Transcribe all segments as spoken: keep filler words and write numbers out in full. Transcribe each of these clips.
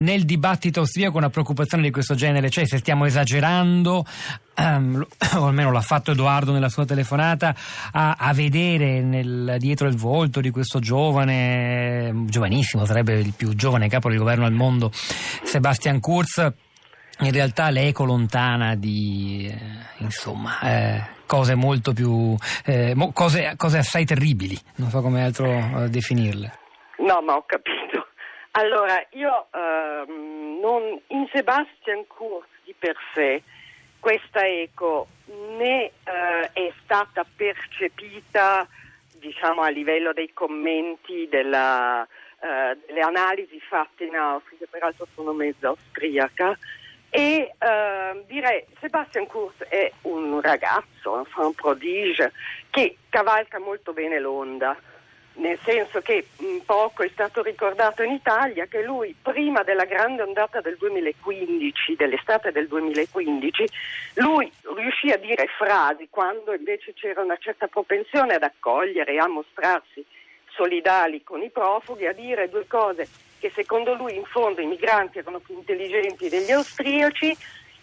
nel dibattito austriaco una preoccupazione di questo genere, cioè se stiamo esagerando, um, o almeno l'ha fatto Edoardo nella sua telefonata, a, a vedere nel, dietro il volto di questo giovane, giovanissimo, sarebbe il più giovane capo del governo al mondo, Sebastian Kurz, in realtà l'eco lontana di, eh, insomma, eh, cose molto più, eh, mo, cose, cose assai terribili, non so come altro eh, definirle. No, ma ho capito. Allora, io ehm, non, in Sebastian Kurz di per sé questa eco né eh, è stata percepita, diciamo, a livello dei commenti della, eh, delle analisi fatte in Austria, che peraltro sono mezza austriaca, e eh, direi Sebastian Kurz è un ragazzo, un enfant prodige, che cavalca molto bene l'onda. Nel senso che mh, poco è stato ricordato in Italia che lui, prima della grande ondata del duemilaquindici, dell'estate del duemilaquindici, lui riuscì a dire frasi quando invece c'era una certa propensione ad accogliere e a mostrarsi solidali con i profughi, a dire due cose: che secondo lui in fondo i migranti erano più intelligenti degli austriaci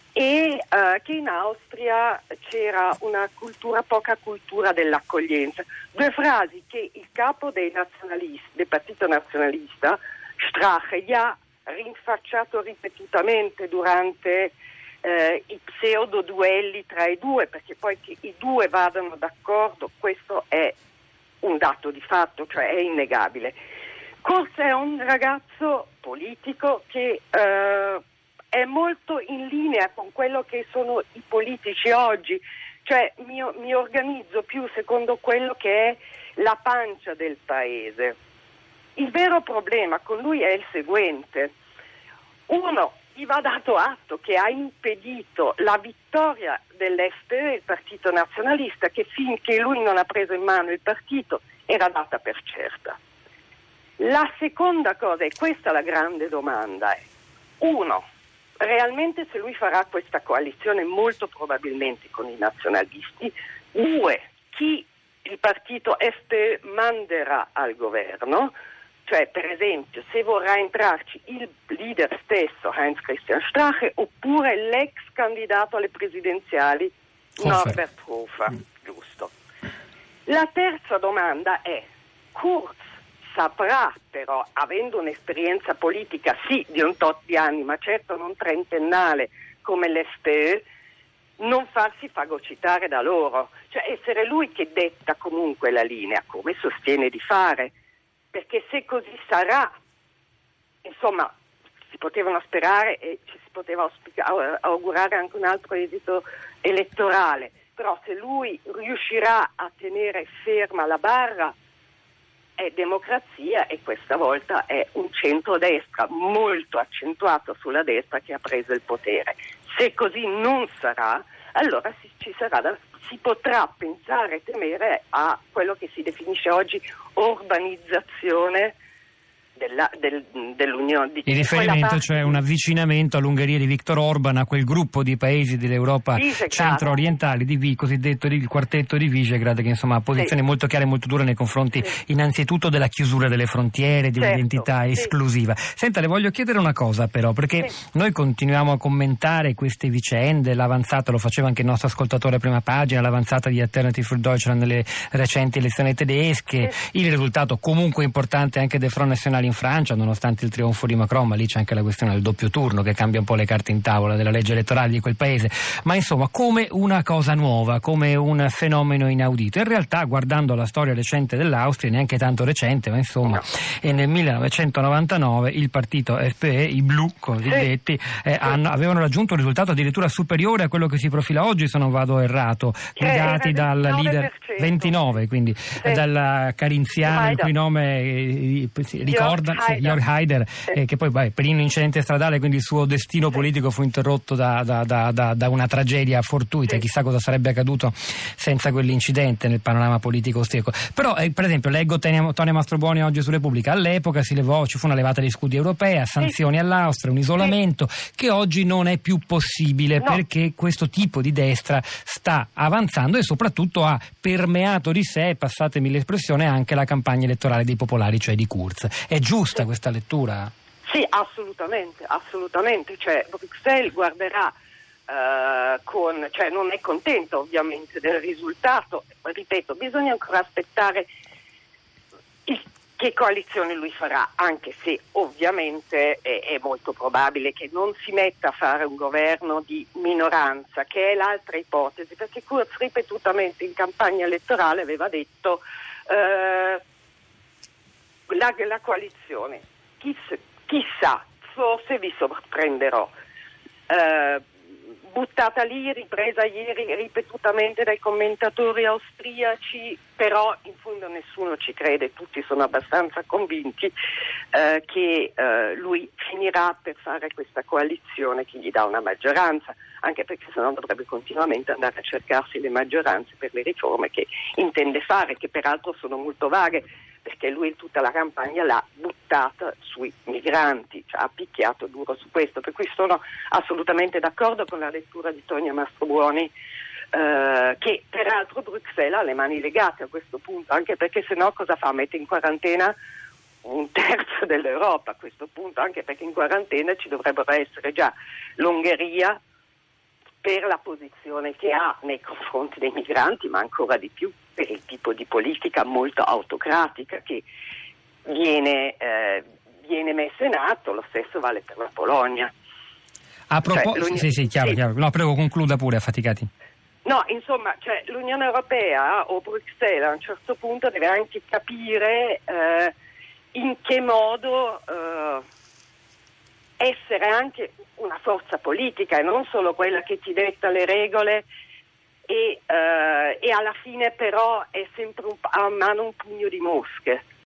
e uh, che in Austria c'era una cultura, poca cultura dell'accoglienza. Due frasi che il capo dei nazionalisti, del partito nazionalista, Strache, gli ha rinfacciato ripetutamente durante eh, i pseudo duelli tra i due, perché poi che i due vadano d'accordo, questo è un dato di fatto, cioè è innegabile. Kurz è un ragazzo politico che eh, è molto in linea con quello che sono i politici oggi, cioè mi, mi organizzo più secondo quello che è la pancia del paese. Il vero problema con lui è il seguente: uno, gli va dato atto che ha impedito la vittoria dell'F P Ö, il partito nazionalista, che finché lui non ha preso in mano il partito era data per certa. La seconda cosa, e questa è la grande domanda, è: uno, realmente se lui farà questa coalizione molto probabilmente con i nazionalisti; due, chi il partito F P Ö manderà al governo, cioè per esempio se vorrà entrarci il leader stesso Heinz Christian Strache oppure l'ex candidato alle presidenziali Hofer. Norbert Hofer, mm. giusto. La terza domanda è: Kurz saprà però, avendo un'esperienza politica sì di un tot di anni, ma certo non trentennale come l'F P Ö, non farsi fagocitare da loro, cioè essere lui che detta comunque la linea, come sostiene di fare, perché se così sarà, insomma, si potevano sperare e ci si poteva auspica- augurare anche un altro esito elettorale, però se lui riuscirà a tenere ferma la barra, è democrazia, e questa volta è un centrodestra molto accentuato sulla destra che ha preso il potere. Se così non sarà, allora si, ci sarà da, si potrà pensare e temere a quello che si definisce oggi urbanizzazione della, del, dell'Unione. Di, il riferimento, cioè un avvicinamento all'Ungheria di Viktor Orban, a quel gruppo di paesi dell'Europa centro-orientali, di cosiddetto il quartetto di Visegrad, che insomma ha posizioni sì. molto chiare e molto dure nei confronti sì. innanzitutto della chiusura delle frontiere, di certo. un'identità sì. esclusiva. Senta, le voglio chiedere una cosa però, perché sì. noi continuiamo a commentare queste vicende, l'avanzata, lo faceva anche il nostro ascoltatore a prima pagina, l'avanzata di Alternative für Deutschland nelle recenti elezioni tedesche, sì. il risultato comunque importante anche del Front National in Francia, nonostante il trionfo di Macron, ma lì c'è anche la questione del doppio turno che cambia un po' le carte in tavola della legge elettorale di quel paese, ma insomma come una cosa nuova, come un fenomeno inaudito. In realtà, guardando la storia recente dell'Austria, neanche tanto recente, ma insomma e nel millenovecentonovantanove il partito F P Ö, i blu cosiddetti, eh, hanno, avevano raggiunto un risultato addirittura superiore a quello che si profila oggi, se non vado errato, guidati dal leader ventinove, quindi sì. dal carinziano, il cui nome eh, ricorda Sì, Jörg Haider, eh, che poi beh, per un incidente stradale, quindi il suo destino politico fu interrotto da, da, da, da, da una tragedia fortuita, sì. chissà cosa sarebbe accaduto senza quell'incidente nel panorama politico austriaco. Però eh, per esempio leggo Tonio Mastrobuoni oggi su Repubblica, all'epoca si levò, ci fu una levata di scudi europea, sanzioni sì. all'Austria, un isolamento sì. che oggi non è più possibile, no. perché questo tipo di destra sta avanzando e soprattutto ha permeato di sé, passatemi l'espressione, anche la campagna elettorale dei popolari, cioè di Kurz. È giusta questa lettura? Sì, assolutamente, assolutamente. Cioè, Bruxelles guarderà uh, con, cioè non è contenta ovviamente del risultato. Ripeto, bisogna ancora aspettare il, che coalizione lui farà, anche se ovviamente è, è molto probabile che non si metta a fare un governo di minoranza, che è l'altra ipotesi, perché Kurz ripetutamente in campagna elettorale aveva detto uh, la, la coalizione, chissà, chissà, forse vi sorprenderò. Uh, buttata lì, ripresa ieri ripetutamente dai commentatori austriaci, però in fondo nessuno ci crede, tutti sono abbastanza convinti uh, che uh, lui finirà per fare questa coalizione che gli dà una maggioranza, anche perché sennò dovrebbe continuamente andare a cercarsi le maggioranze per le riforme che intende fare, che peraltro sono molto vaghe, perché lui tutta la campagna l'ha buttata sui migranti, cioè ha picchiato duro su questo, per cui sono assolutamente d'accordo con la lettura di Tonia Mastrobuoni, eh, che peraltro Bruxelles ha le mani legate a questo punto, anche perché sennò cosa fa? Mette in quarantena un terzo dell'Europa a questo punto, anche perché in quarantena ci dovrebbero essere già l'Ungheria per la posizione che ha nei confronti dei migranti, ma ancora di più per il tipo di politica molto autocratica che viene, eh, viene messa in atto. Lo stesso vale per la Polonia. A proposito, cioè, sì, sì, chiaro, sì. chiaro. No, prego, concluda pure, affaticati. No, insomma, cioè, l'Unione Europea o Bruxelles a un certo punto deve anche capire eh, in che modo eh, essere anche una forza politica e non solo quella che ti detta le regole e, uh, e alla fine però è sempre un, a mano un pugno di mosche.